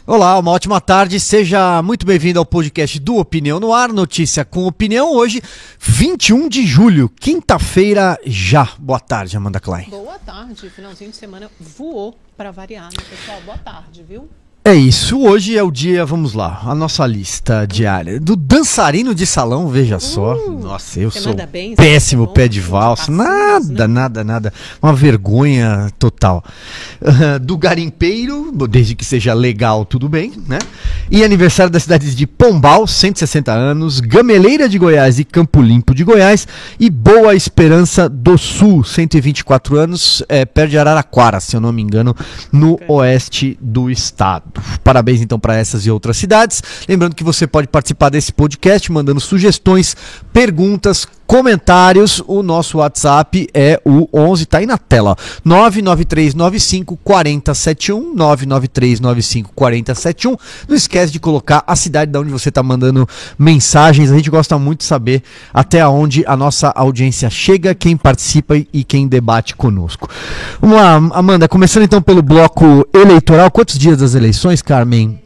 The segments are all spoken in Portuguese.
Olá, uma ótima tarde, seja muito bem-vindo ao podcast do Opinião no Ar, notícia com opinião, hoje 21 de julho, quinta-feira já. Boa tarde, Amanda Klein. Boa tarde, finalzinho de semana voou para variar, né, pessoal? Boa tarde, viu? É isso, hoje é o dia, vamos lá, a nossa lista diária do dançarino de salão, veja só. Nossa, eu sou bem, péssimo bom, pé de valsa, nada, uma vergonha total. Do garimpeiro, desde que seja legal, tudo bem, né? E aniversário das cidades de Pombal, 160 anos, Gameleira de Goiás e Campo Limpo de Goiás e Boa Esperança do Sul, 124 anos, perto de Araraquara, se eu não me engano, no oeste do estado. Parabéns então para essas e outras cidades. Lembrando que você pode participar desse podcast mandando sugestões, perguntas, comentários. O nosso WhatsApp é o 11, tá aí na tela, 993954071, 993954071. Não esquece de colocar a cidade de onde você está mandando mensagens. A gente gosta muito de saber até onde a nossa audiência chega, quem participa e quem debate conosco. Vamos lá, Amanda, começando então pelo bloco eleitoral. Quantos dias das eleições, Carmen?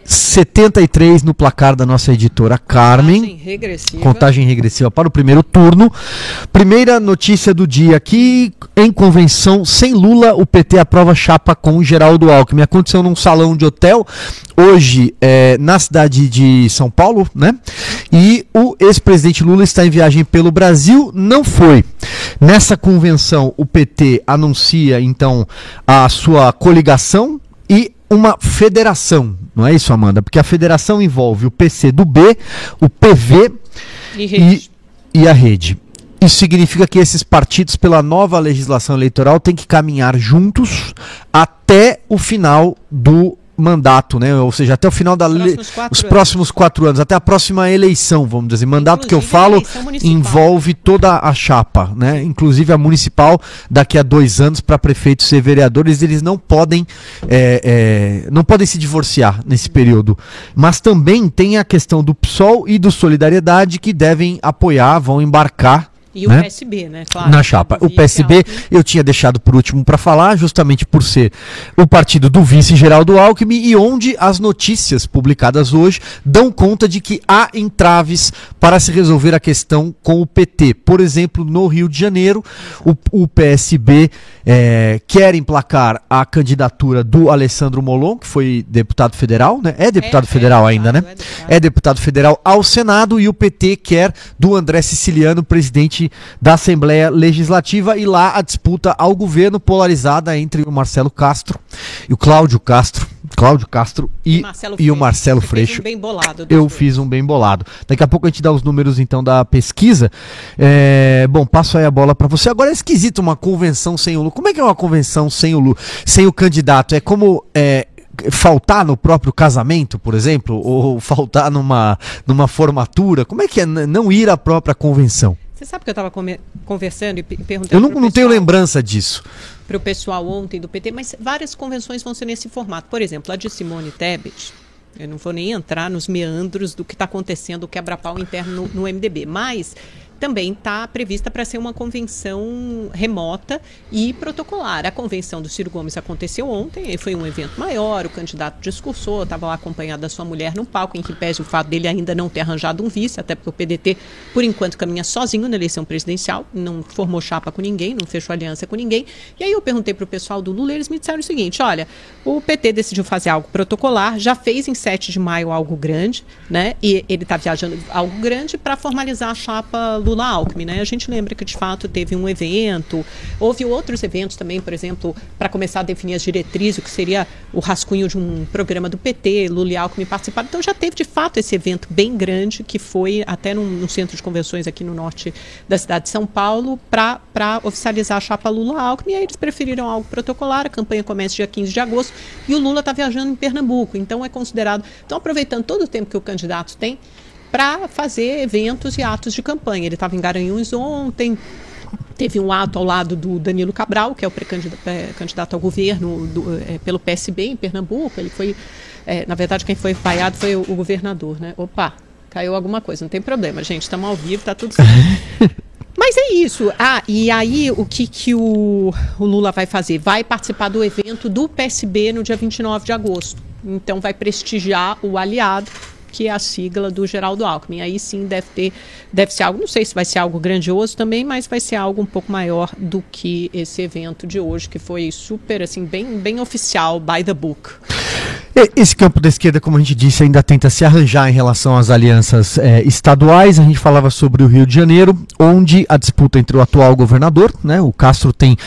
73 no placar da nossa editora Carmen. Contagem regressiva para o primeiro turno. Primeira notícia do dia aqui: em convenção sem Lula, o PT aprova chapa com Geraldo Alckmin. Aconteceu num salão de hotel hoje na cidade de São Paulo, né? E o ex-presidente Lula está em viagem pelo Brasil, não foi. Nessa convenção, o PT anuncia então a sua coligação e uma federação, não é isso, Amanda? Porque a federação envolve o PCdoB, o PV e a Rede. Isso significa que esses partidos, pela nova legislação eleitoral, têm que caminhar juntos até o final do mandato, né? Ou seja, até o final os próximos 4 anos, até a próxima eleição, vamos dizer. Mandato, inclusive, que eu falo envolve toda a chapa, né? Inclusive a municipal, daqui a 2 anos, para prefeitos e vereadores, eles não podem se divorciar nesse período. Mas também tem a questão do PSOL e do Solidariedade, que devem apoiar, vão embarcar. E o PSB, né? Claro, na chapa. O PSB eu tinha deixado por último para falar, justamente por ser o partido do vice Geraldo Alckmin, e onde as notícias publicadas hoje dão conta de que há entraves para se resolver a questão com o PT. Por exemplo, no Rio de Janeiro, o PSB quer emplacar a candidatura do Alessandro Molon, que foi deputado federal, né? É deputado federal ainda, né? É deputado federal ao Senado, e o PT quer do André Siciliano, presidente da Assembleia Legislativa, e lá a disputa ao governo polarizada entre o Marcelo Castro e o Cláudio Castro e o Marcelo Freixo. Eu fiz um bem bolado. Daqui a pouco a gente dá os números então da pesquisa. Bom, passo aí a bola para você. Agora é esquisito uma convenção sem o Lula. Como é que é uma convenção sem o Lula, sem o candidato? É como faltar no próprio casamento, por exemplo, ou faltar numa formatura? Como é que é não ir à própria convenção? Você sabe que eu estava conversando e perguntando. Eu não tenho lembrança disso. Para o pessoal ontem do PT, mas várias convenções vão ser nesse formato. Por exemplo, a de Simone Tebet, eu não vou nem entrar nos meandros do que está acontecendo, o quebra-pau interno no MDB, mas também está prevista para ser uma convenção remota e protocolar. A convenção do Ciro Gomes aconteceu ontem, foi um evento maior, o candidato discursou, estava lá acompanhado da sua mulher no palco, em que pese o fato dele ainda não ter arranjado um vice, até porque o PDT, por enquanto, caminha sozinho na eleição presidencial, não formou chapa com ninguém, não fechou aliança com ninguém. E aí eu perguntei para o pessoal do Lula, eles me disseram o seguinte: olha, o PT decidiu fazer algo protocolar, já fez em 7 de maio algo grande, né? E ele está viajando algo grande para formalizar a chapa Lula-Alckmin, né? A gente lembra que de fato teve um evento, houve outros eventos também, por exemplo, para começar a definir as diretrizes, o que seria o rascunho de um programa do PT, Lula e Alckmin participaram. Então já teve de fato esse evento bem grande, que foi até no centro de convenções aqui no norte da cidade de São Paulo, para oficializar a chapa Lula-Alckmin. E aí eles preferiram algo protocolar. A campanha começa dia 15 de agosto e o Lula está viajando em Pernambuco, então é considerado. Então, aproveitando todo o tempo que o candidato tem para fazer eventos e atos de campanha. Ele estava em Garanhuns ontem, teve um ato ao lado do Danilo Cabral, que é o pré-candidato ao governo pelo PSB em Pernambuco. Ele foi, na verdade, quem foi vaiado foi o governador, né? Opa, caiu alguma coisa, não tem problema, gente, estamos ao vivo, está tudo certo. Mas é isso. E aí o que o Lula vai fazer? Vai participar do evento do PSB no dia 29 de agosto. então vai prestigiar o aliado, que é a sigla do Geraldo Alckmin. Aí sim deve ser algo, não sei se vai ser algo grandioso também, mas vai ser algo um pouco maior do que esse evento de hoje, que foi super, assim, bem oficial, by the book. Esse campo da esquerda, como a gente disse, ainda tenta se arranjar em relação às alianças estaduais. A gente falava sobre o Rio de Janeiro, onde a disputa entre o atual governador, né, o Castro tem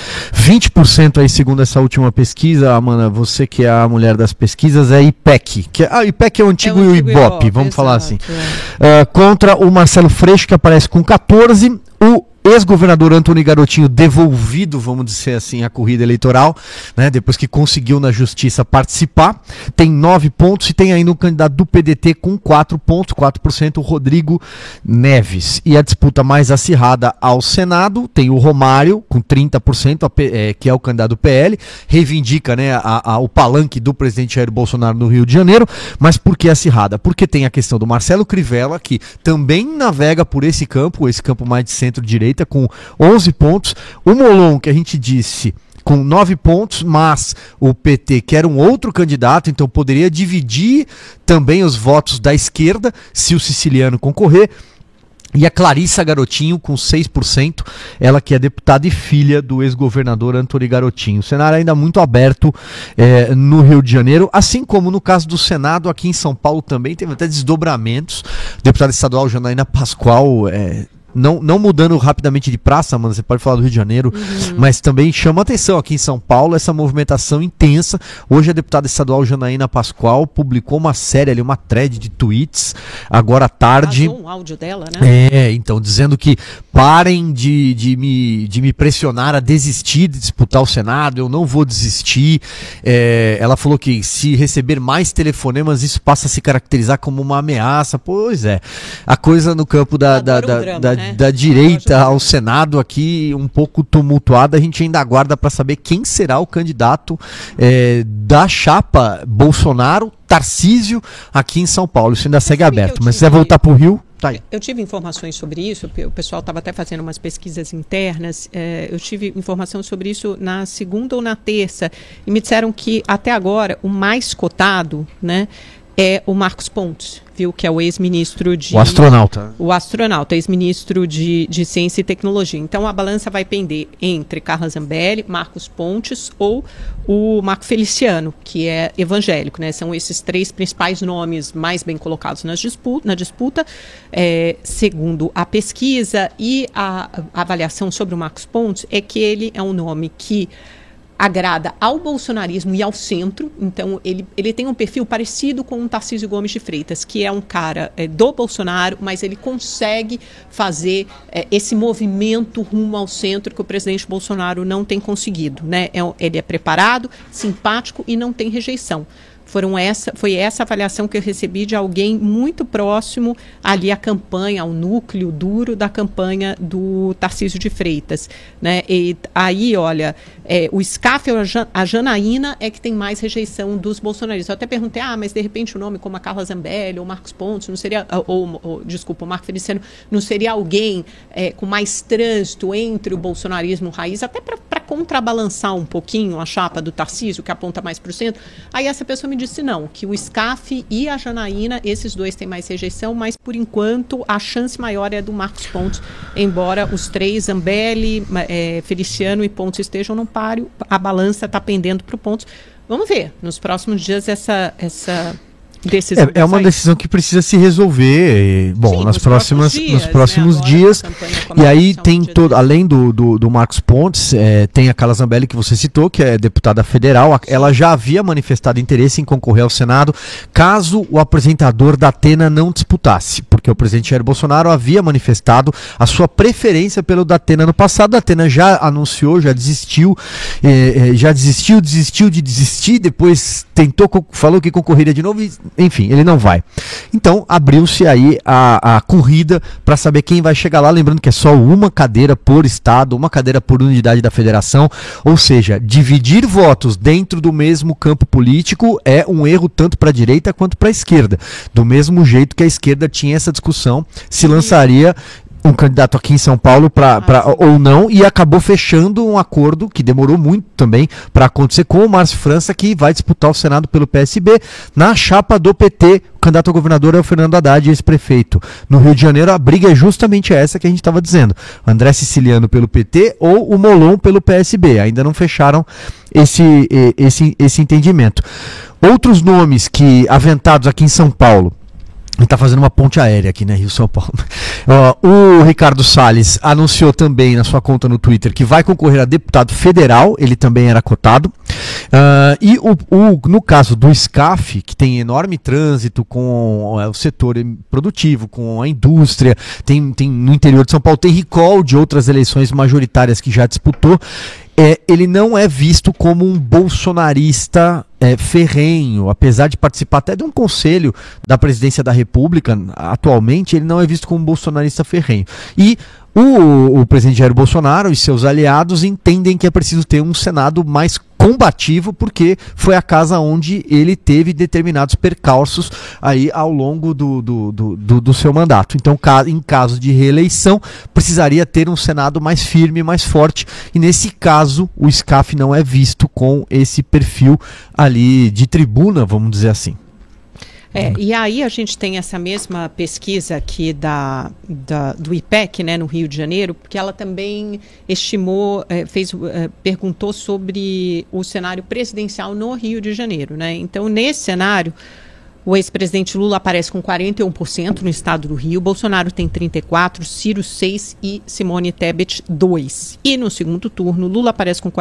20% aí, segundo essa última pesquisa. Amanda, você que é a mulher das pesquisas, é IPEC. IPEC é o antigo Ibope, vamos falar assim. Contra o Marcelo Freixo, que aparece com 14%. O ex-governador Antony Garotinho devolvido, vamos dizer assim, à corrida eleitoral, né, depois que conseguiu na justiça participar, tem 9 pontos, e tem ainda um candidato do PDT com 4 pontos, 4%, o Rodrigo Neves. E a disputa mais acirrada ao Senado tem o Romário com 30%, que é o candidato do PL, reivindica, né, o palanque do presidente Jair Bolsonaro no Rio de Janeiro. Mas por que acirrada? Porque tem a questão do Marcelo Crivella, que também navega por esse campo mais de centro-direita, com 11 pontos. O Molon, que a gente disse, com 9 pontos, mas o PT quer um outro candidato, então poderia dividir também os votos da esquerda se o Siciliano concorrer. E a Clarissa Garotinho com 6%, ela que é deputada e filha do ex-governador Antony Garotinho. O cenário ainda muito aberto no Rio de Janeiro, assim como no caso do Senado, aqui em São Paulo também teve até desdobramentos. Deputada estadual Janaína Pascoal, não mudando rapidamente de praça, mano, você pode falar do Rio de Janeiro, mas também chama atenção aqui em São Paulo essa movimentação intensa. Hoje a deputada estadual Janaína Pascoal publicou uma série ali, uma thread de tweets, agora à tarde. Vazou um áudio dela, né? Então, dizendo que parem de me pressionar a desistir de disputar o Senado, eu não vou desistir. Ela falou que se receber mais telefonemas, isso passa a se caracterizar como uma ameaça. Pois é, a coisa no campo da direita ao Senado aqui um pouco tumultuada. A gente ainda aguarda para saber quem será o candidato da chapa Bolsonaro-Tarcísio aqui em São Paulo. Isso ainda segue aberto, mas se quiser voltar para o Rio, tá aí. Eu tive informações sobre isso, o pessoal estava até fazendo umas pesquisas internas, eu tive informação sobre isso na segunda ou na terça, e me disseram que até agora o mais cotado, né, é o Marcos Pontes, viu, que é o ex-ministro de... O astronauta. O astronauta, ex-ministro de Ciência e Tecnologia. Então a balança vai pender entre Carla Zambelli, Marcos Pontes ou o Marco Feliciano, que é evangélico, né? São esses 3 principais nomes mais bem colocados na disputa, segundo a pesquisa. E a avaliação sobre o Marcos Pontes é que ele é um nome que agrada ao bolsonarismo e ao centro. Então ele tem um perfil parecido com o Tarcísio Gomes de Freitas, que é um cara do Bolsonaro, mas ele consegue fazer esse movimento rumo ao centro que o presidente Bolsonaro não tem conseguido, né? Ele é preparado, simpático e não tem rejeição. Foi essa avaliação que eu recebi de alguém muito próximo ali à campanha, ao núcleo duro da campanha do Tarcísio de Freitas, né? E aí, olha, o SCAF ou a Janaína é que tem mais rejeição dos bolsonaristas. Eu até perguntei, mas de repente o nome como a Carla Zambelli ou Marcos Pontes, não seria, desculpa, o Marco Feliciano, não seria alguém com mais trânsito entre o bolsonarismo raiz, até para contrabalançar um pouquinho a chapa do Tarcísio, que aponta mais para o centro. Aí essa pessoa me disse não, que o SCAF e a Janaína, esses dois têm mais rejeição, mas por enquanto a chance maior é do Marcos Pontes, embora os 3, Zambelli, Feliciano e Pontes estejam no páreo, a balança está pendendo para o Pontes. Vamos ver, nos próximos dias essa decisão. É uma decisão que precisa se resolver, bom, nos próximos dias, e aí tem todo, além do Marcos Pontes, tem a Carla Zambelli, que você citou, que é deputada federal. Ela já havia manifestado interesse em concorrer ao Senado, caso o apresentador da Atena não disputasse, porque o presidente Jair Bolsonaro havia manifestado a sua preferência pelo da Atena no passado. A Atena já anunciou, já desistiu de desistir, depois falou que concorreria de novo, enfim, ele não vai. Então, abriu-se aí a corrida para saber quem vai chegar lá. Lembrando que é só uma cadeira por estado, uma cadeira por unidade da federação. Ou seja, dividir votos dentro do mesmo campo político é um erro tanto para a direita quanto para a esquerda. Do mesmo jeito que a esquerda tinha essa discussão, se lançaria um candidato aqui em São Paulo ou não, e acabou fechando um acordo que demorou muito também para acontecer com o Márcio França, que vai disputar o Senado pelo PSB na chapa do PT. O candidato a governador é o Fernando Haddad, ex-prefeito. No Rio de Janeiro, a briga é justamente essa que a gente estava dizendo. André Siciliano pelo PT ou o Molon pelo PSB. Ainda não fecharam esse entendimento. Outros nomes que aventados aqui em São Paulo. Ele está fazendo uma ponte aérea aqui, né, Rio-São Paulo. O Ricardo Salles anunciou também na sua conta no Twitter que vai concorrer a deputado federal, ele também era cotado. E no caso do SCAF, que tem enorme trânsito com o setor produtivo, com a indústria, tem no interior de São Paulo, tem recall de outras eleições majoritárias que já disputou. Ele não é visto como um bolsonarista ferrenho, apesar de participar até de um conselho da presidência da República, atualmente ele não é visto como um bolsonarista ferrenho. E o presidente Jair Bolsonaro e seus aliados entendem que é preciso ter um Senado mais combativo, porque foi a casa onde ele teve determinados percalços aí ao longo do seu mandato. Então, em caso de reeleição, precisaria ter um Senado mais firme, mais forte, e nesse caso o SCAF não é visto com esse perfil ali de tribuna, vamos dizer assim. E aí a gente tem essa mesma pesquisa aqui do IPEC, né, no Rio de Janeiro, porque ela também estimou, perguntou sobre o cenário presidencial no Rio de Janeiro, né? Então, nesse cenário, o ex-presidente Lula aparece com 41% no estado do Rio, Bolsonaro tem 34%, Ciro 6% e Simone Tebet 2%. E no segundo turno, Lula aparece com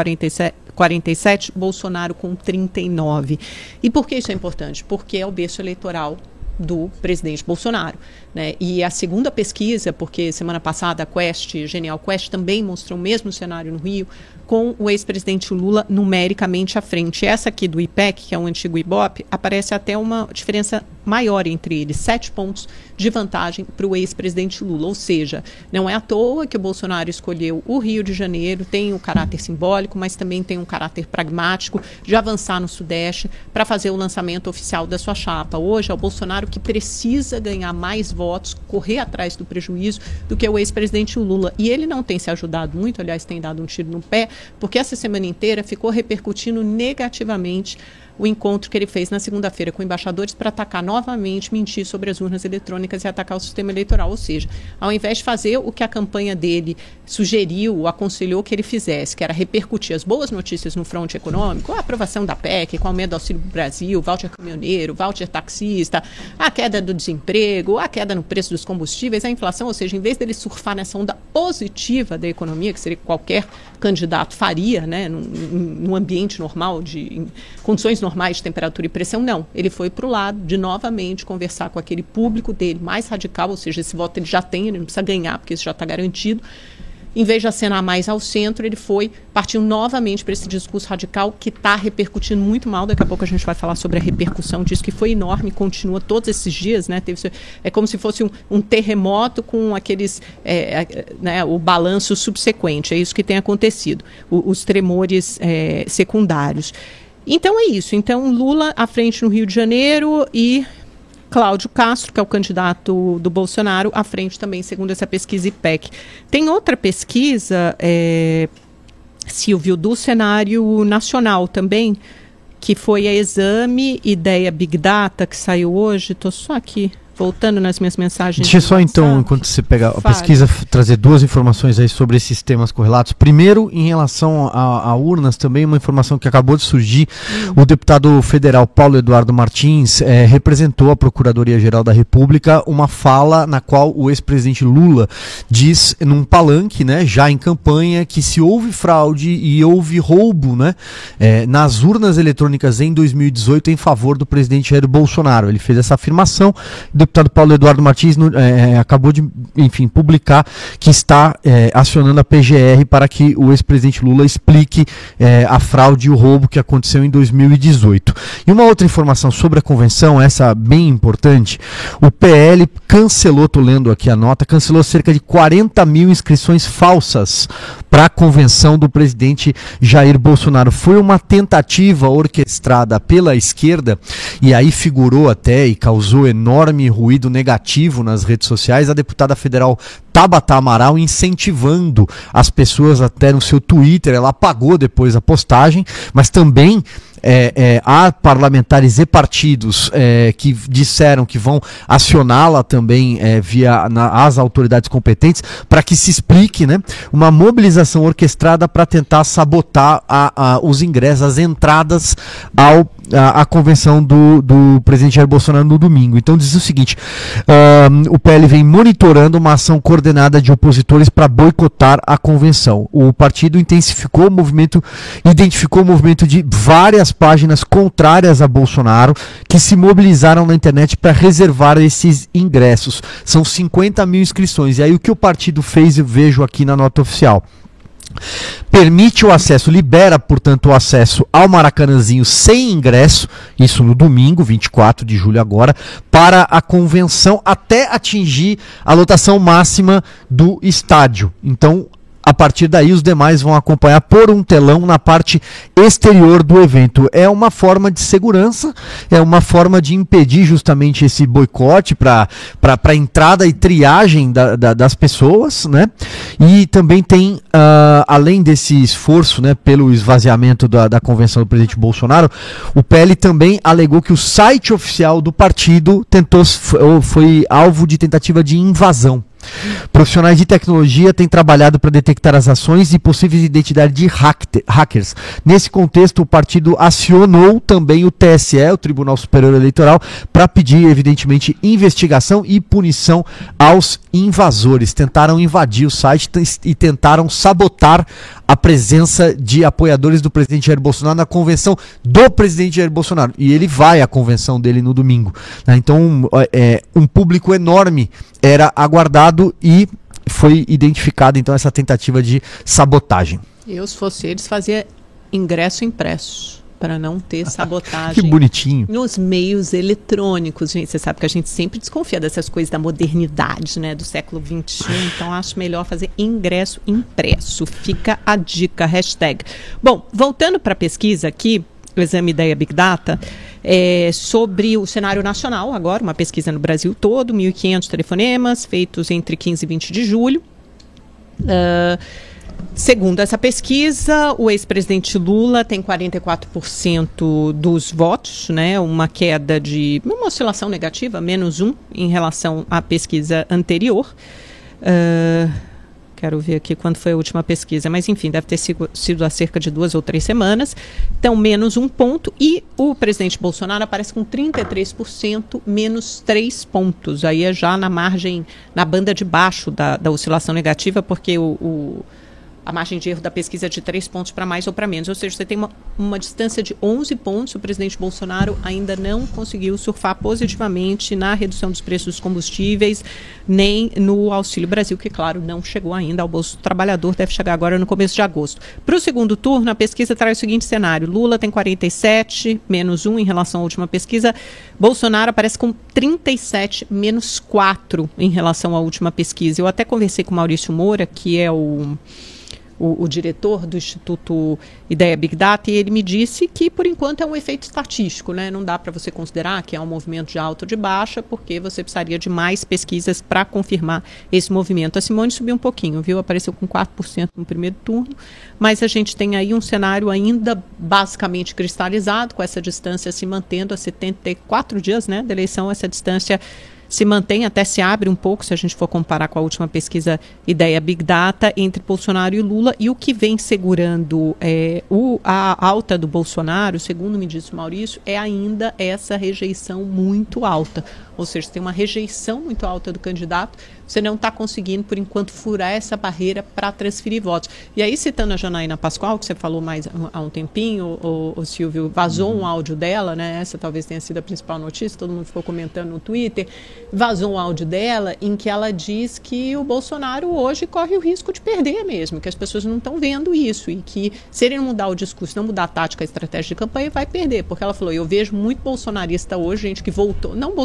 47%, Bolsonaro com 39%. E por que isso é importante? Porque é o berço eleitoral do presidente Bolsonaro, né? E a segunda pesquisa, porque semana passada a Genial Quest também mostrou o mesmo cenário no Rio, com o ex-presidente Lula numericamente à frente. Essa aqui do IPEC, que é um antigo Ibope, aparece até uma diferença maior entre eles, 7 pontos de vantagem para o ex-presidente Lula. Ou seja, não é à toa que o Bolsonaro escolheu o Rio de Janeiro, tem um caráter simbólico, mas também tem um caráter pragmático de avançar no Sudeste para fazer o lançamento oficial da sua chapa. Hoje é o Bolsonaro que precisa ganhar mais votos, correr atrás do prejuízo, do que o ex-presidente Lula. E ele não tem se ajudado muito, aliás, tem dado um tiro no pé, porque essa semana inteira ficou repercutindo negativamente o encontro que ele fez na segunda-feira com embaixadores para atacar novamente, mentir sobre as urnas eletrônicas e atacar o sistema eleitoral. Ou seja, ao invés de fazer o que a campanha dele sugeriu, aconselhou que ele fizesse, que era repercutir as boas notícias no fronte econômico, a aprovação da PEC, com o aumento do Auxílio Brasil, voucher caminhoneiro, voucher taxista, a queda do desemprego, a queda no preço dos combustíveis, a inflação, ou seja, em vez dele surfar nessa onda positiva da economia, que seria qualquer candidato faria, né, num ambiente normal, em condições normais de temperatura e pressão, não. Ele foi para o lado de novamente conversar com aquele público dele mais radical, ou seja, esse voto ele já tem, ele não precisa ganhar, porque isso já está garantido. Em vez de acenar mais ao centro, ele partiu novamente para esse discurso radical que está repercutindo muito mal. Daqui a pouco a gente vai falar sobre a repercussão disso, que foi enorme, continua todos esses dias, né? É como se fosse um terremoto com aqueles, né, o balanço subsequente. É isso que tem acontecido, os tremores secundários. Então é isso. Então Lula à frente no Rio de Janeiro e Cláudio Castro, que é o candidato do Bolsonaro, à frente também, segundo essa pesquisa IPEC. Tem outra pesquisa, Silvio, do cenário nacional também, que foi a Exame Ideia Big Data, que saiu hoje. Estou só aqui voltando nas minhas mensagens. Deixa eu só então, enquanto você pega a pesquisa, trazer duas informações aí sobre esses temas correlatos. Primeiro, em relação a urnas, também uma informação que acabou de surgir. O deputado federal Paulo Eduardo Martins representou a Procuradoria-Geral da República uma fala na qual o ex-presidente Lula diz num palanque, né, já em campanha, que se houve fraude e houve roubo, né, nas urnas eletrônicas em 2018 em favor do presidente Jair Bolsonaro. Ele fez essa afirmação. O deputado Paulo Eduardo Martins acabou de, enfim, publicar que está acionando a PGR para que o ex-presidente Lula explique a fraude e o roubo que aconteceu em 2018. E uma outra informação sobre a convenção, essa bem importante, o PL cancelou, estou lendo aqui a nota, cancelou cerca de 40 mil inscrições falsas para a convenção do presidente Jair Bolsonaro. Foi uma tentativa orquestrada pela esquerda, e aí figurou até e causou enorme ruído negativo nas redes sociais, a deputada federal Tabata Amaral incentivando as pessoas até no seu Twitter. Ela apagou depois a postagem, mas também há parlamentares e partidos que disseram que vão acioná-la também via as autoridades competentes para que se explique, né, uma mobilização orquestrada para tentar sabotar os ingressos, as entradas à convenção do presidente Jair Bolsonaro no domingo. Então diz o seguinte: o PL vem monitorando uma ação coordenada de opositores para boicotar a convenção. O partido identificou o movimento de várias páginas contrárias a Bolsonaro que se mobilizaram na internet para reservar esses ingressos. São 50 mil inscrições. E aí o que o partido fez, eu vejo aqui na nota oficial: permite o acesso, libera, portanto, o acesso ao Maracanãzinho sem ingresso, isso no domingo, 24 de julho agora, para a convenção até atingir a lotação máxima do estádio. Então, a partir daí, os demais vão acompanhar por um telão na parte exterior do evento. É uma forma de segurança, é uma forma de impedir justamente esse boicote para a entrada e triagem das pessoas, né? E também tem, além desse esforço, né, pelo esvaziamento da convenção do presidente Bolsonaro, o PL também alegou que o site oficial do partido foi alvo de tentativa de invasão. Profissionais de tecnologia têm trabalhado para detectar as ações e possíveis identidades de hackers. Nesse contexto, o partido acionou também o TSE, o Tribunal Superior Eleitoral, para pedir, evidentemente, investigação e punição aos invasores. Tentaram invadir o site e tentaram sabotar a presença de apoiadores do presidente Jair Bolsonaro na convenção do presidente Jair Bolsonaro. E ele vai à convenção dele no domingo, né? Então, um público enorme era aguardado e foi identificada, então, essa tentativa de sabotagem. Eu, se fosse eles, fazia ingresso impresso, para não ter sabotagem. Que bonitinho. Nos meios eletrônicos, gente. Você sabe que a gente sempre desconfia dessas coisas da modernidade, né, do século XXI. Então, acho melhor fazer ingresso impresso. Fica a dica, hashtag. Bom, voltando para a pesquisa aqui, o exame Ideia Big Data, sobre o cenário nacional, agora, uma pesquisa no Brasil todo, 1.500 telefonemas feitos entre 15 e 20 de julho. Segundo essa pesquisa, o ex-presidente Lula tem 44% dos votos, né, uma queda de uma oscilação negativa, -1 em relação à pesquisa anterior. Quero ver aqui quando foi a última pesquisa, mas enfim, deve ter sido há cerca de 2 ou 3 semanas. Então, -1 ponto. E o presidente Bolsonaro aparece com 33%, -3 pontos. Aí é já na margem, na banda de baixo da oscilação negativa, porque a margem de erro da pesquisa é de 3 pontos para mais ou para menos. Ou seja, você tem uma distância de 11 pontos. O presidente Bolsonaro ainda não conseguiu surfar positivamente na redução dos preços dos combustíveis, nem no Auxílio Brasil, que, claro, não chegou ainda ao bolso do trabalhador, deve chegar agora no começo de agosto. Para o segundo turno, a pesquisa traz o seguinte cenário: Lula tem 47, -1 em relação à última pesquisa. Bolsonaro aparece com 37, -4 em relação à última pesquisa. Eu até conversei com o Maurício Moura, que é o diretor do Instituto Ideia Big Data, e ele me disse que, por enquanto, é um efeito estatístico, né? Não dá para você considerar que é um movimento de alta ou de baixa, porque você precisaria de mais pesquisas para confirmar esse movimento. A Simone subiu um pouquinho, viu? Apareceu com 4% no primeiro turno, mas a gente tem aí um cenário ainda basicamente cristalizado, com essa distância se mantendo a 74 dias, né, da eleição. Essa distância se mantém, até se abre um pouco, se a gente for comparar com a última pesquisa Ideia Big Data, entre Bolsonaro e Lula. E o que vem segurando a alta do Bolsonaro, segundo me disse o Maurício, é ainda essa rejeição muito alta. Ou seja, tem uma rejeição muito alta do candidato, você não está conseguindo, por enquanto, furar essa barreira para transferir votos. E aí, citando a Janaína Pascoal, que você falou mais há um tempinho, o Silvio, vazou um áudio dela, né? Essa talvez tenha sido a principal notícia, todo mundo ficou comentando no Twitter, vazou um áudio dela em que ela diz que o Bolsonaro hoje corre o risco de perder mesmo, que as pessoas não estão vendo isso e que, se ele não mudar o discurso, não mudar a tática, a estratégia de campanha, vai perder. Porque ela falou, eu vejo muito bolsonarista hoje, gente que voltou, não bolsonarista,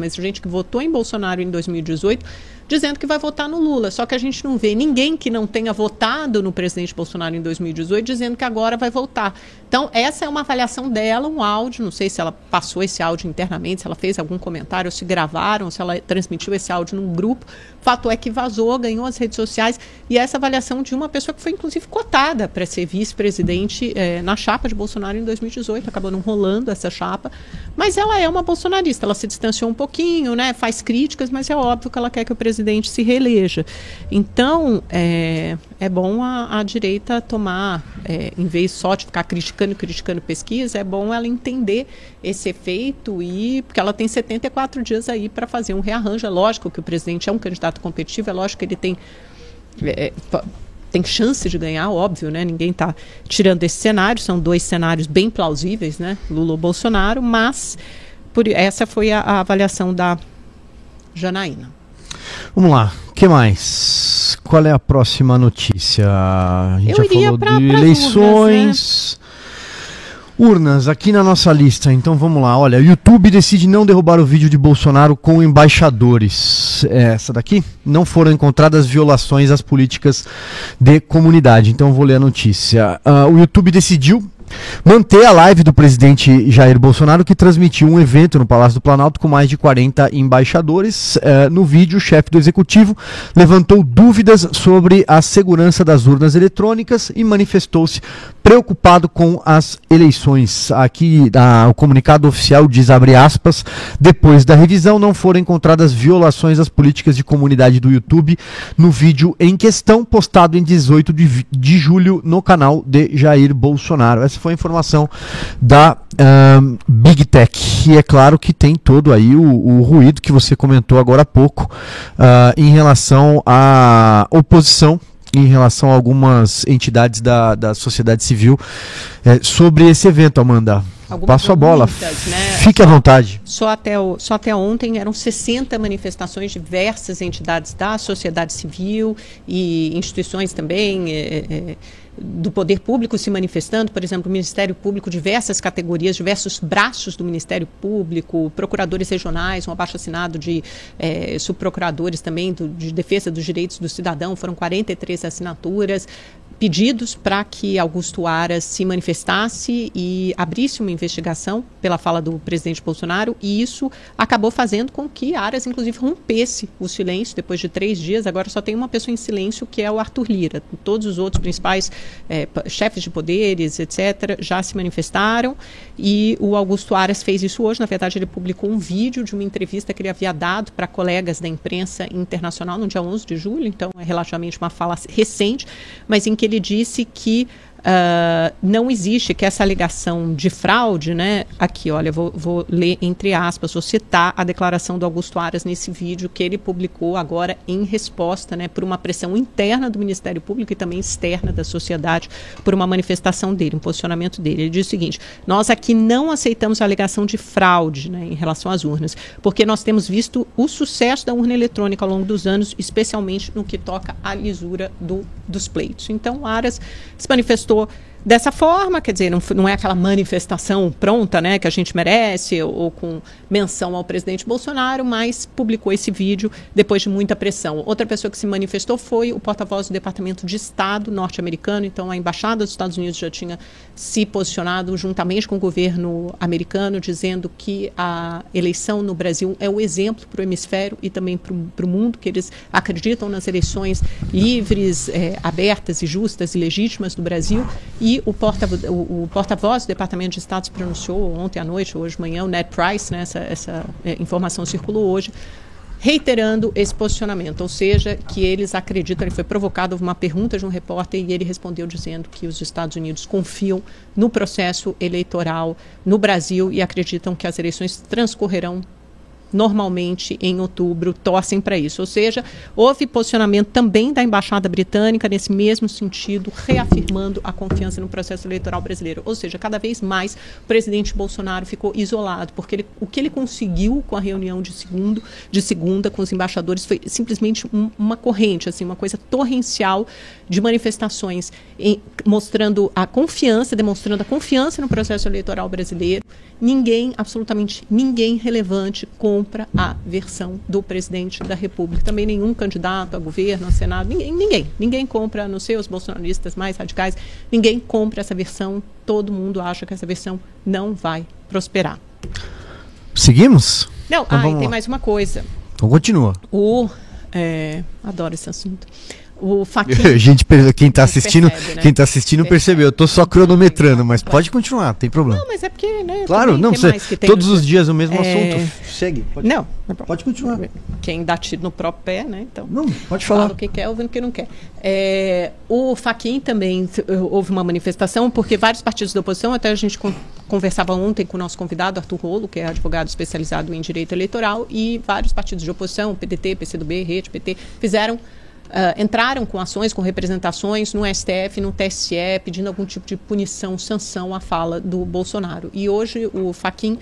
mas gente que votou em Bolsonaro em 2018, dizendo que vai votar no Lula. Só que a gente não vê ninguém que não tenha votado no presidente Bolsonaro em 2018 dizendo que agora vai votar. Então, essa é uma avaliação dela, um áudio, não sei se ela passou esse áudio internamente, se ela fez algum comentário, se gravaram, se ela transmitiu esse áudio num grupo. Fato é que vazou, ganhou as redes sociais, e essa avaliação de uma pessoa que foi, inclusive, cotada para ser vice-presidente na chapa de Bolsonaro em 2018, acabou não rolando essa chapa, mas ela é uma bolsonarista, ela se distanciou um pouquinho, né, faz críticas, mas é óbvio que ela quer que o presidente se reeleja. Então, é bom a direita tomar, em vez só de ficar criticando pesquisa, é bom ela entender esse efeito, porque ela tem 74 dias aí para fazer um rearranjo. É lógico que o presidente é um candidato competitivo, é lógico que ele tem chance de ganhar, óbvio, né? Ninguém está tirando esse cenário, são dois cenários bem plausíveis, né? Lula ou Bolsonaro, mas essa foi a avaliação da Janaína. Vamos lá, o que mais? Qual é a próxima notícia? A gente já falou de eleições. Urnas, aqui na nossa lista, então vamos lá. Olha, o YouTube decide não derrubar o vídeo de Bolsonaro com embaixadores. Essa daqui? Não foram encontradas violações às políticas de comunidade. Então eu vou ler a notícia. O YouTube decidiu manter a live do presidente Jair Bolsonaro, que transmitiu um evento no Palácio do Planalto com mais de 40 embaixadores. No vídeo, o chefe do executivo levantou dúvidas sobre a segurança das urnas eletrônicas e manifestou-se preocupado com as eleições. Aqui o comunicado oficial diz, abre aspas, depois da revisão não foram encontradas violações às políticas de comunidade do YouTube no vídeo em questão, postado em 18 de julho no canal de Jair Bolsonaro. Essa foi a informação da Big Tech. E é claro que tem todo aí o ruído que você comentou agora há pouco em relação à oposição, em relação a algumas entidades da sociedade civil sobre esse evento, Amanda. Passo a bola, né? Fique à vontade. Só até ontem eram 60 manifestações de diversas entidades da sociedade civil e instituições também do poder público se manifestando, por exemplo, o Ministério Público, diversas categorias, diversos braços do Ministério Público, procuradores regionais, um abaixo-assinado de subprocuradores também de defesa dos direitos do cidadão, foram 43 assinaturas, pedidos para que Augusto Aras se manifestasse e abrisse uma investigação pela fala do presidente Bolsonaro, e isso acabou fazendo com que Aras, inclusive, rompesse o silêncio depois de 3 dias. Agora só tem uma pessoa em silêncio, que é o Arthur Lira. Todos os outros principais chefes de poderes, etc., já se manifestaram, e o Augusto Aras fez isso hoje. Na verdade, ele publicou um vídeo de uma entrevista que ele havia dado para colegas da imprensa internacional no dia 11 de julho, então é relativamente uma fala recente, mas em que ele disse que não existe, que essa alegação de fraude, né? Aqui, olha, vou ler entre aspas, vou citar a declaração do Augusto Aras nesse vídeo que ele publicou agora em resposta, né, por uma pressão interna do Ministério Público e também externa da sociedade, por uma manifestação dele, um posicionamento dele. Ele diz o seguinte: nós aqui não aceitamos a alegação de fraude, né, em relação às urnas, porque nós temos visto o sucesso da urna eletrônica ao longo dos anos, especialmente no que toca à lisura dos pleitos. Então, Aras se manifestou dessa forma, quer dizer, não é aquela manifestação pronta, né, que a gente merece, ou com menção ao presidente Bolsonaro, mas publicou esse vídeo depois de muita pressão. Outra pessoa que se manifestou foi o porta-voz do Departamento de Estado norte-americano. Então, a Embaixada dos Estados Unidos já tinha se posicionado juntamente com o governo americano, dizendo que a eleição no Brasil é o exemplo para o hemisfério e também para o mundo, que eles acreditam nas eleições livres, abertas e justas e legítimas do Brasil. E o porta-voz do Departamento de Estado se pronunciou ontem à noite, hoje de manhã, o Ned Price, né, essa informação circulou hoje, reiterando esse posicionamento, ou seja, que eles acreditam, ele foi provocado, houve uma pergunta de um repórter e ele respondeu dizendo que os Estados Unidos confiam no processo eleitoral no Brasil e acreditam que as eleições transcorrerão normalmente em outubro, torcem para isso. Ou seja, houve posicionamento também da Embaixada Britânica nesse mesmo sentido, reafirmando a confiança no processo eleitoral brasileiro. Ou seja, cada vez mais o presidente Bolsonaro ficou isolado, porque o que ele conseguiu com a reunião de segunda com os embaixadores foi simplesmente uma corrente, assim, uma coisa torrencial de manifestações demonstrando a confiança no processo eleitoral brasileiro, ninguém, absolutamente ninguém relevante compra a versão do presidente da República. Também nenhum candidato a governo, a Senado, ninguém compra, a não ser os bolsonaristas mais radicais, ninguém compra essa versão. Todo mundo acha que essa versão não vai prosperar. Seguimos? Não, então, e tem mais uma coisa. Então continua. Adoro esse assunto. O Fachin, quem está assistindo, percebe, né? quem tá assistindo percebeu. Eu tô só cronometrando, mas pode continuar, não tem problema. Não, mas é porque, né? Claro, não, todos os dias o mesmo assunto. Segue. Não, pode continuar. Quem dá tiro no próprio pé, né? Então, não, pode falar. Fala o que quer, ouvindo o que não quer. O Fachin também houve uma manifestação, porque vários partidos da oposição, até a gente conversava ontem com o nosso convidado, Arthur Rolo, que é advogado especializado em direito eleitoral, e vários partidos de oposição, PDT, PCdoB, Rede, PT, entraram com ações, com representações no STF, no TSE, pedindo algum tipo de punição, sanção à fala do Bolsonaro. E hoje o Fachin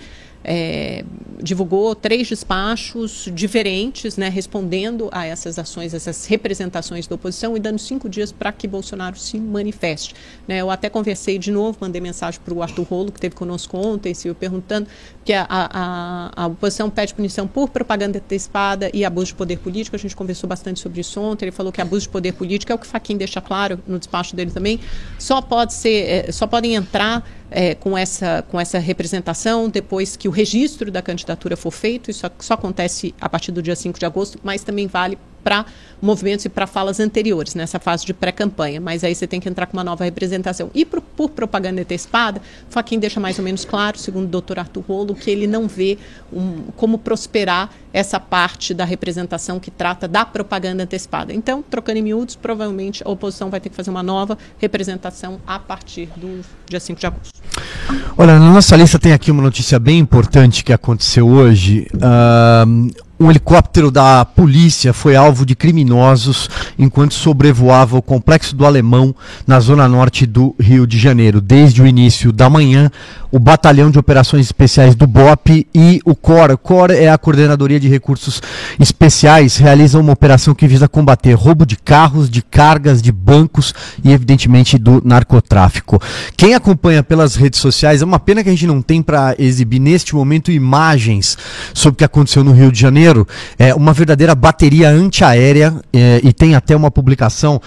divulgou 3 despachos diferentes, né, respondendo a essas ações, essas representações da oposição e dando 5 dias para que Bolsonaro se manifeste. Né, eu até conversei de novo, mandei mensagem para o Arthur Rolo, que esteve conosco ontem, se perguntando, que a oposição pede punição por propaganda antecipada e abuso de poder político. A gente conversou bastante sobre isso ontem. Ele falou que abuso de poder político é o que o Fachin deixa claro no despacho dele também. Só podem entrar com essa representação depois que o registro da candidatura for feito. Isso só acontece a partir do dia 5 de agosto, mas também vale para movimentos e para falas anteriores, nessa fase de pré-campanha. Mas aí você tem que entrar com uma nova representação. E por propaganda antecipada, o Fachin deixa mais ou menos claro, segundo o doutor Arthur Rolo, que ele não vê como prosperar essa parte da representação que trata da propaganda antecipada. Então, trocando em miúdos, provavelmente a oposição vai ter que fazer uma nova representação a partir do dia 5 de agosto. Olha, na nossa lista tem aqui uma notícia bem importante que aconteceu hoje. Um helicóptero da polícia foi alvo de criminosos enquanto sobrevoava o Complexo do Alemão, na zona norte do Rio de Janeiro. Desde o início da manhã, o Batalhão de Operações Especiais do BOPE e o COR. O COR é a Coordenadoria de Recursos Especiais, realizam uma operação que visa combater roubo de carros, de cargas, de bancos e, evidentemente, do narcotráfico. Quem acompanha pelas redes sociais, é uma pena que a gente não tem para exibir neste momento imagens sobre o que aconteceu no Rio de Janeiro. É uma verdadeira bateria antiaérea, e tem até uma publicação,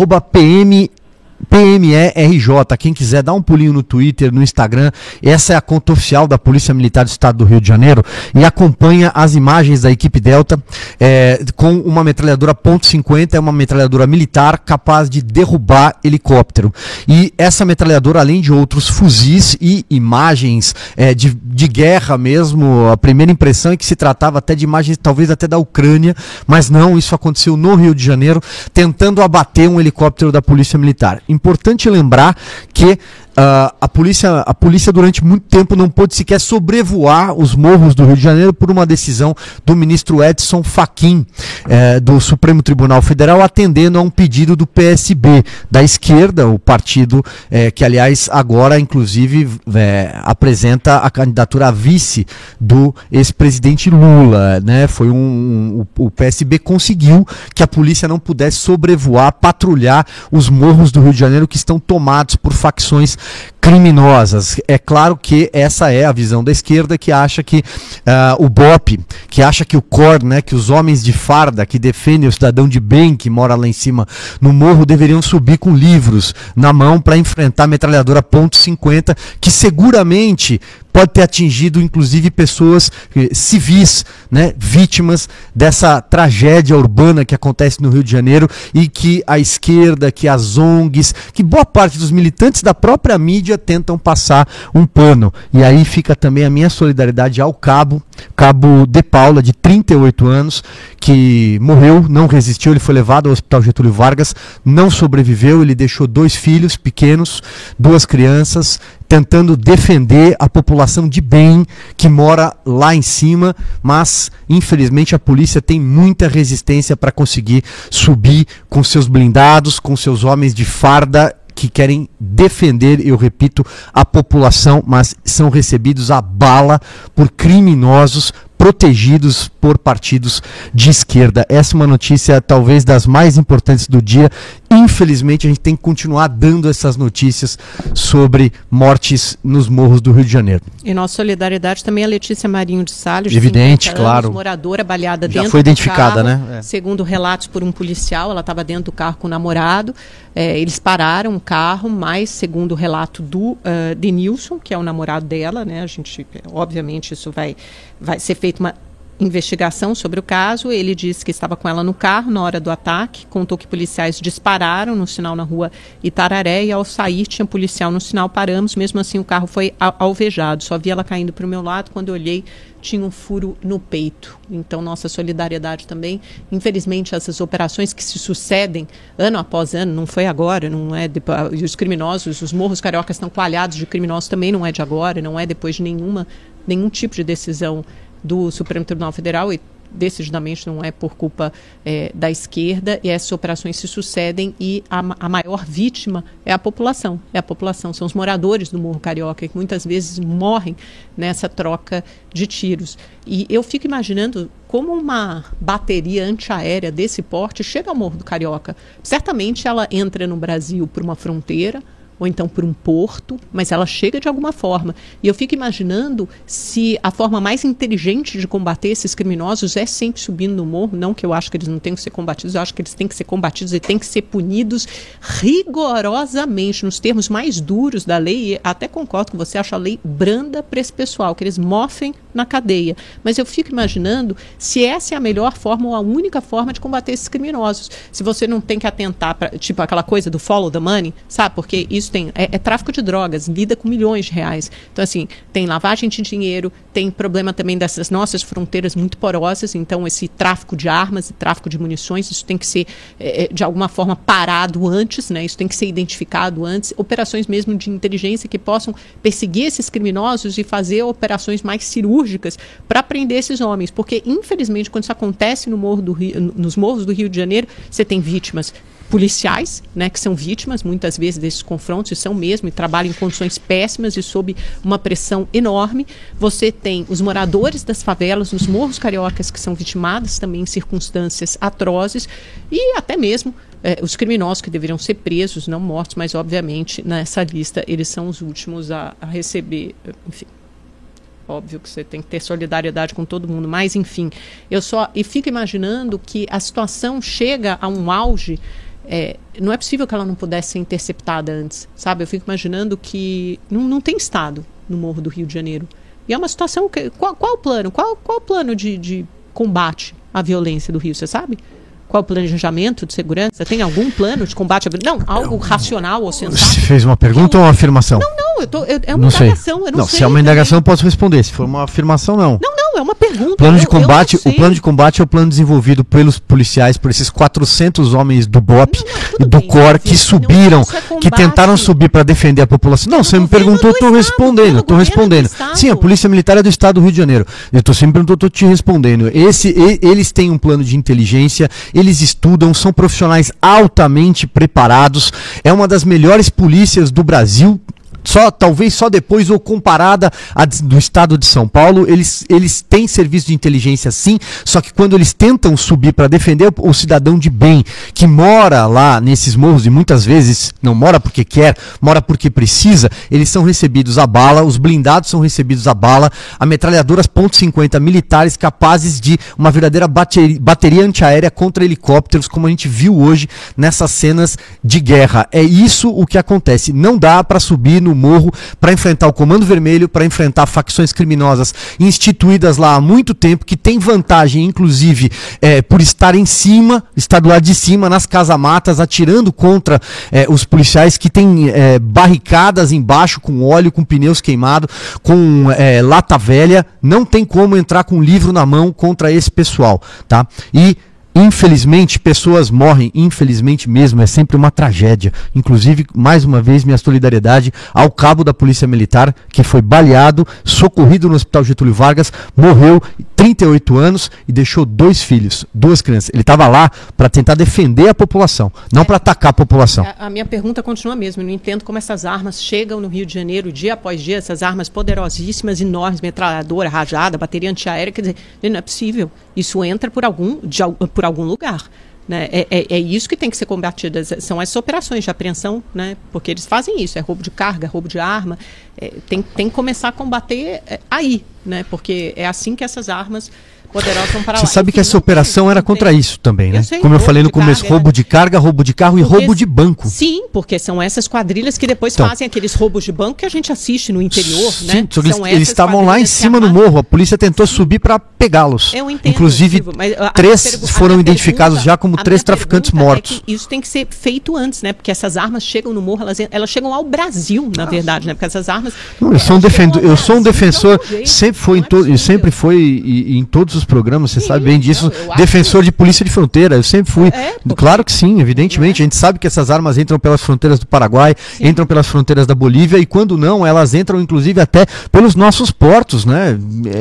@PMERJ, quem quiser dar um pulinho no Twitter, no Instagram, essa é a conta oficial da Polícia Militar do Estado do Rio de Janeiro, e acompanha as imagens da equipe Delta com uma metralhadora .50, é uma metralhadora militar capaz de derrubar helicóptero. E essa metralhadora, além de outros fuzis e imagens de guerra mesmo, a primeira impressão é que se tratava até de imagens talvez até da Ucrânia, mas não, isso aconteceu no Rio de Janeiro, tentando abater um helicóptero da Polícia Militar. Importante lembrar que a polícia durante muito tempo não pôde sequer sobrevoar os morros do Rio de Janeiro por uma decisão do ministro Edson Fachin, do Supremo Tribunal Federal, atendendo a um pedido do PSB, da esquerda, o partido que, aliás, agora, inclusive, apresenta a candidatura a vice do ex-presidente Lula. Né? O PSB conseguiu que a polícia não pudesse sobrevoar, patrulhar os morros do Rio de Janeiro que estão tomados por facções criminosas. É claro que essa é a visão da esquerda, que acha que o BOPE, que acha que o COR, né, que os homens de farda que defendem o cidadão de bem que mora lá em cima no morro deveriam subir com livros na mão para enfrentar a metralhadora .50, que seguramente pode ter atingido inclusive pessoas civis, né, vítimas dessa tragédia urbana que acontece no Rio de Janeiro, e que a esquerda, que as ONGs, que boa parte dos militantes da própria mídia tentam passar um pano. E aí fica também a minha solidariedade ao Cabo de Paula, de 38 anos, que morreu, não resistiu, ele foi levado ao Hospital Getúlio Vargas, não sobreviveu, ele deixou 2 filhos pequenos, 2 crianças, tentando defender a população de bem que mora lá em cima, mas infelizmente a polícia tem muita resistência para conseguir subir com seus blindados, com seus homens de farda que querem defender, eu repito, a população, mas são recebidos a bala por criminosos protegidos por partidos de esquerda. Essa é uma notícia talvez das mais importantes do dia, infelizmente, a gente tem que continuar dando essas notícias sobre mortes nos morros do Rio de Janeiro. E nossa solidariedade também a Letícia Marinho de Salles, de evidente, 50 anos, claro, moradora baleada já dentro foi do identificada, carro, né? segundo relatos por um policial, ela estava dentro do carro com o namorado, eles pararam o carro, mas segundo o relato do Denilson, que é o namorado dela, né? A gente, obviamente, isso vai ser feita uma investigação sobre o caso. Ele disse que estava com ela no carro na hora do ataque, contou que policiais dispararam no sinal na rua Itararé e ao sair tinha policial no sinal, paramos, mesmo assim o carro foi alvejado, só vi ela caindo para o meu lado, quando eu olhei tinha um furo no peito. Então nossa solidariedade também. Infelizmente essas operações que se sucedem ano após ano, não foi agora, não é e os criminosos, os morros cariocas estão coalhados de criminosos, também não é de agora, não é depois de nenhum tipo de decisão do Supremo Tribunal Federal, e decididamente não é por culpa da esquerda, e essas operações se sucedem e a maior vítima é a população, são os moradores do Morro Carioca, que muitas vezes morrem nessa troca de tiros. E eu fico imaginando como uma bateria antiaérea desse porte chega ao Morro do Carioca. Certamente ela entra no Brasil por uma fronteira, ou então por um porto, mas ela chega de alguma forma. E eu fico imaginando se a forma mais inteligente de combater esses criminosos é sempre subindo no morro. Não que eu acho que eles não tenham que ser combatidos, eu acho que eles têm que ser combatidos e têm que ser punidos rigorosamente, nos termos mais duros da lei. E até concordo com você, acho a lei branda para esse pessoal, que eles mofem na cadeia. Mas eu fico imaginando se essa é a melhor forma ou a única forma de combater esses criminosos. Se você não tem que atentar para, tipo, aquela coisa do follow the money, sabe? Porque isso é tráfico de drogas, lida com milhões de reais. Então, assim, tem lavagem de dinheiro, tem problema também dessas nossas fronteiras muito porosas, então esse tráfico de armas e tráfico de munições, isso tem que ser, de alguma forma, parado antes, né? Isso tem que ser identificado antes. Operações mesmo de inteligência que possam perseguir esses criminosos e fazer operações mais cirúrgicas para prender esses homens, porque, infelizmente, quando isso acontece nos morros do Rio de Janeiro, você tem vítimas policiais, né, que são vítimas muitas vezes desses confrontos, e são mesmo, e trabalham em condições péssimas e sob uma pressão enorme. Você tem os moradores das favelas, nos morros cariocas, que são vitimados também em circunstâncias atrozes, e até mesmo os criminosos que deveriam ser presos, não mortos, mas obviamente nessa lista eles são os últimos a receber, enfim. Óbvio que você tem que ter solidariedade com todo mundo, mas enfim, e fico imaginando que a situação chega a um auge. Não é possível que ela não pudesse ser interceptada antes, sabe? Eu fico imaginando que não tem Estado no Morro do Rio de Janeiro. E é uma situação... Qual o plano? Qual o plano de combate à violência do Rio, você sabe? Qual o planejamento de segurança? Tem algum plano de combate à violência? Não, algo racional ou sensato? Você fez uma pergunta ou uma afirmação? Não, é uma indagação, eu não sei. Se é uma indagação, eu posso responder. Se for uma afirmação, não. Não, é uma pergunta. O plano de combate é o plano desenvolvido pelos policiais, por esses 400 homens do BOP e do COR que subiram, que tentaram subir para defender a população. Não, você me perguntou, eu estou respondendo. Sim, a Polícia Militar é do Estado do Rio de Janeiro. Você me perguntou, eu estou te respondendo. Eles têm um plano de inteligência, eles estudam, são profissionais altamente preparados, é uma das melhores polícias do Brasil. Talvez só depois, ou comparada do estado de São Paulo, eles têm serviço de inteligência sim, só que quando eles tentam subir para defender o cidadão de bem, que mora lá nesses morros, e muitas vezes não mora porque quer, mora porque precisa, eles são recebidos a bala, os blindados são recebidos a bala, a metralhadoras .50 militares capazes de uma verdadeira bateria antiaérea contra helicópteros, como a gente viu hoje nessas cenas de guerra. É isso o que acontece. Não dá para subir no morro para enfrentar o Comando Vermelho, para enfrentar facções criminosas instituídas lá há muito tempo, que tem vantagem, inclusive, por estar do lado de cima, nas casamatas, atirando contra os policiais, que tem barricadas embaixo, com óleo, com pneus queimados, com lata velha. Não tem como entrar com um livro na mão contra esse pessoal, tá? E infelizmente, pessoas morrem, infelizmente mesmo, é sempre uma tragédia. Inclusive, mais uma vez, minha solidariedade ao cabo da Polícia Militar, que foi baleado, socorrido no Hospital Getúlio Vargas, morreu, 38 anos, e deixou 2 filhos, 2 crianças. Ele estava lá para tentar defender a população, não para atacar a população. A minha pergunta continua mesmo, eu não entendo como essas armas chegam no Rio de Janeiro dia após dia, essas armas poderosíssimas, enormes, metralhadora, rajada, bateria antiaérea, quer dizer, não é possível. Isso entra por algum lugar. Né? É isso que tem que ser combatido, são essas operações de apreensão, né? Porque eles fazem isso, é roubo de carga, roubo de arma, tem que começar a combater aí, né? Porque é assim que essas armas poderosas vão para lá. Você sabe que essa operação era contra isso também, né? Sei, como eu falei no começo, roubo de carga, roubo de carro e roubo de banco. Sim, porque são essas quadrilhas que depois fazem aqueles roubos de banco que a gente assiste no interior, sim, né? Eles estavam lá em cima no morro, a polícia tentou subir para pegá-los. Eu entendo, inclusive, Silvio, mas 3 foram identificados já como 3 traficantes mortos. Isso tem que ser feito antes, né? Porque essas armas chegam no morro, elas chegam ao Brasil, na verdade, né? Porque essas armas... Eu sou um defensor, sempre foi em todos os programas, você sabe bem disso, defensor de polícia de fronteira, eu sempre fui. Claro que sim, evidentemente, a gente sabe que essas armas entram pelas fronteiras do Paraguai, entram pelas fronteiras da Bolívia e quando não, elas entram inclusive até pelos nossos portos, né?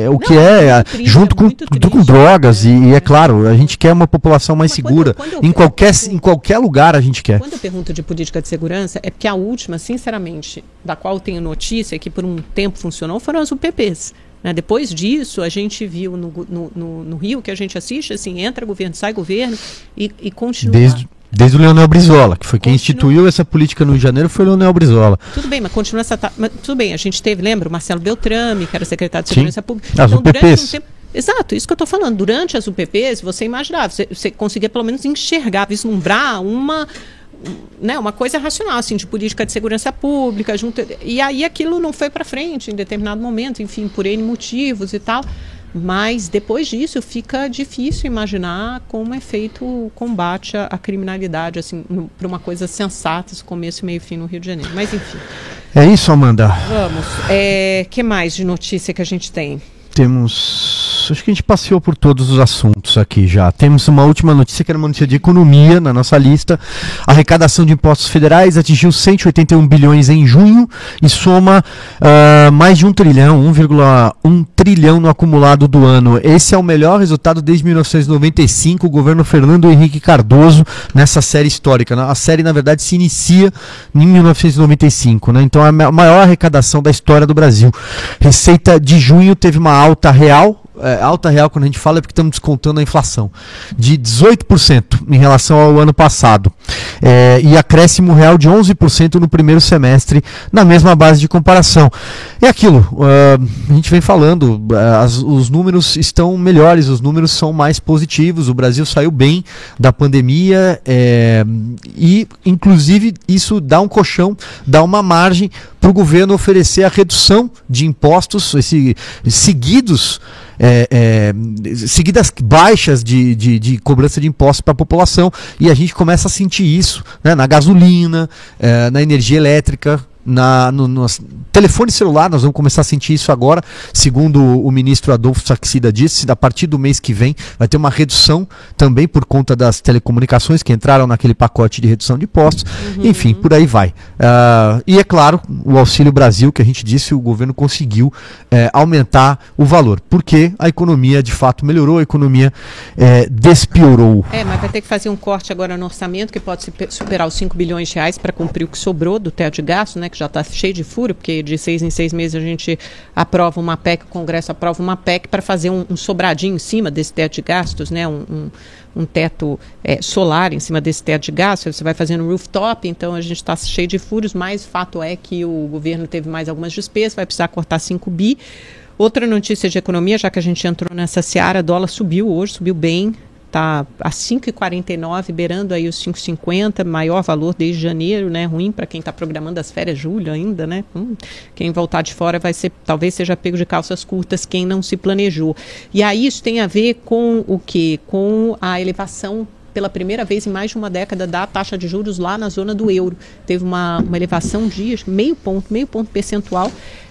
Junto com drogas e é claro, a gente quer uma população mais segura, em qualquer lugar a gente quer. Quando eu pergunto de política de segurança, é porque a última, sinceramente, da qual tenho notícia, que por um tempo funcionou, foram as UPPs. Né? Depois disso, a gente viu no Rio, que a gente assiste, assim, entra governo, sai governo e continua. Desde o Leonel Brizola, que foi quem instituiu essa política no Rio de Janeiro, foi o Leonel Brizola. Tudo bem, mas continua essa... Mas, tudo bem, a gente teve, lembra, o Marcelo Beltrame, que era secretário de Segurança Pública. As UPPs. Exato, isso que eu estou falando. Durante as UPPs, você imaginava, você conseguia pelo menos enxergar, vislumbrar uma coisa racional, assim, de política de segurança pública, e aí aquilo não foi para frente em determinado momento, enfim, por N motivos e tal, mas depois disso fica difícil imaginar como é feito o combate à criminalidade, assim, para uma coisa sensata, esse começo, meio e fim no Rio de Janeiro, mas enfim. É isso, Amanda. Vamos, que mais de notícia que a gente tem? Acho que a gente passeou por todos os assuntos aqui já. Temos uma última notícia, que era uma notícia de economia na nossa lista. A arrecadação de impostos federais atingiu 181 bilhões em junho e soma mais de 1 trilhão, 1,1 trilhão no acumulado do ano. Esse é o melhor resultado desde 1995, o governo Fernando Henrique Cardoso, nessa série histórica. A série, na verdade, se inicia em 1995, né? Então é a maior arrecadação da história do Brasil. Receita de junho teve uma alta real quando a gente fala é porque estamos descontando a inflação, de 18% em relação ao ano passado, e acréscimo real de 11% no primeiro semestre, na mesma base de comparação. É aquilo, a gente vem falando, os números estão melhores, os números são mais positivos, o Brasil saiu bem da pandemia, e inclusive isso dá um colchão, dá uma margem para o governo oferecer a redução de impostos, seguidas baixas de cobrança de impostos para a população, e a gente começa a sentir isso, né, na gasolina, na energia elétrica, no telefone celular. Nós vamos começar a sentir isso agora, segundo o ministro Adolfo Saxida disse, a partir do mês que vem vai ter uma redução também por conta das telecomunicações que entraram naquele pacote de redução de impostos, enfim, por aí vai. E é claro, o Auxílio Brasil, que a gente disse, o governo conseguiu aumentar o valor, porque a economia de fato melhorou, a economia despiorou. Mas vai ter que fazer um corte agora no orçamento, que pode superar os 5 bilhões de reais para cumprir o que sobrou do teto de gasto, né, que já está cheio de furo, porque de 6 em 6 meses a gente aprova uma PEC, o Congresso aprova uma PEC para fazer um sobradinho em cima desse teto de gastos, né, um teto solar em cima desse teto de gastos. Você vai fazendo rooftop, então a gente está cheio de furos, mas fato é que o governo teve mais algumas despesas, vai precisar cortar 5 bi. Outra notícia de economia, já que a gente entrou nessa seara, dólar subiu hoje, subiu bem, está a 5,49, beirando aí os 5,50, maior valor desde janeiro, né? Ruim para quem está programando as férias, julho ainda, né? Quem voltar de fora talvez seja pego de calças curtas, quem não se planejou. E aí isso tem a ver com o quê? Com a elevação pela primeira vez em mais de uma década da taxa de juros lá na zona do euro. Teve uma elevação de meio ponto percentual,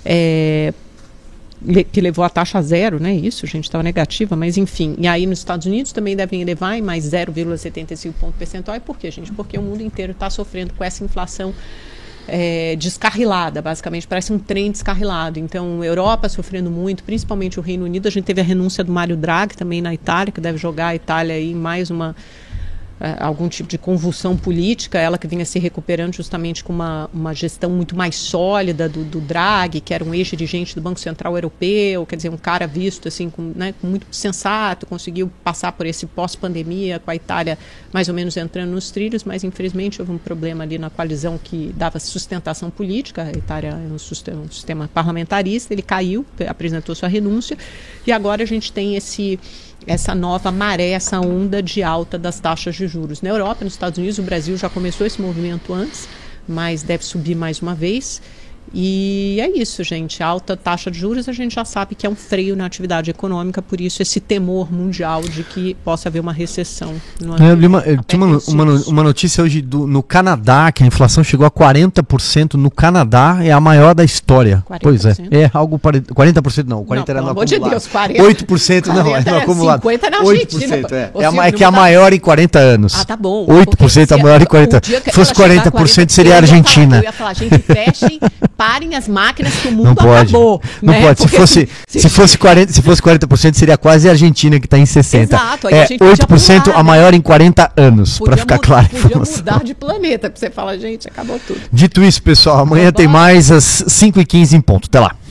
que levou a taxa a zero, né? Isso, gente, estava negativa, mas enfim. E aí nos Estados Unidos também devem elevar em mais 0,75 ponto percentual. E por quê, gente? Porque o mundo inteiro está sofrendo com essa inflação descarrilada, basicamente, parece um trem descarrilado. Então, Europa sofrendo muito, principalmente o Reino Unido. A gente teve a renúncia do Mário Draghi também na Itália, que deve jogar a Itália aí mais uma algum tipo de convulsão política, ela que vinha se recuperando justamente com uma gestão muito mais sólida do Draghi, que era um ex-dirigente do Banco Central Europeu, quer dizer, um cara visto assim, com muito sensato, conseguiu passar por esse pós-pandemia, com a Itália mais ou menos entrando nos trilhos, mas infelizmente houve um problema ali na coalizão que dava sustentação política. A Itália é um sistema parlamentarista, ele caiu, apresentou sua renúncia, e agora a gente tem essa nova maré, essa onda de alta das taxas de juros. Na Europa, nos Estados Unidos, o Brasil já começou esse movimento antes, mas deve subir mais uma vez. E é isso, gente. A alta taxa de juros a gente já sabe que é um freio na atividade econômica, por isso esse temor mundial de que possa haver uma recessão. Tinha uma notícia hoje no Canadá, que a inflação chegou a 40% no Canadá, é a maior da história. 40%? Pois é. É algo parecido. 40% não, 40% era no acumulado. Pelo amor de Deus, 40%. 8% não, é no acumulado. 50% na Argentina. 8%, é que é a maior em 40 anos. Ah, tá bom. 8% é a maior em 40 anos. Se fosse 40% seria a Argentina. Eu ia falar, gente, fechem, parem as máquinas que o mundo acabou. Não pode. Se fosse 40% seria quase a Argentina, que está em 60%. Exato. Aí é a gente 8% a maior em 40 anos, para ficar claro. Podia mudar de planeta, porque você fala, gente, acabou tudo. Dito isso, pessoal, amanhã tem mais às 5h15 em ponto. Até lá.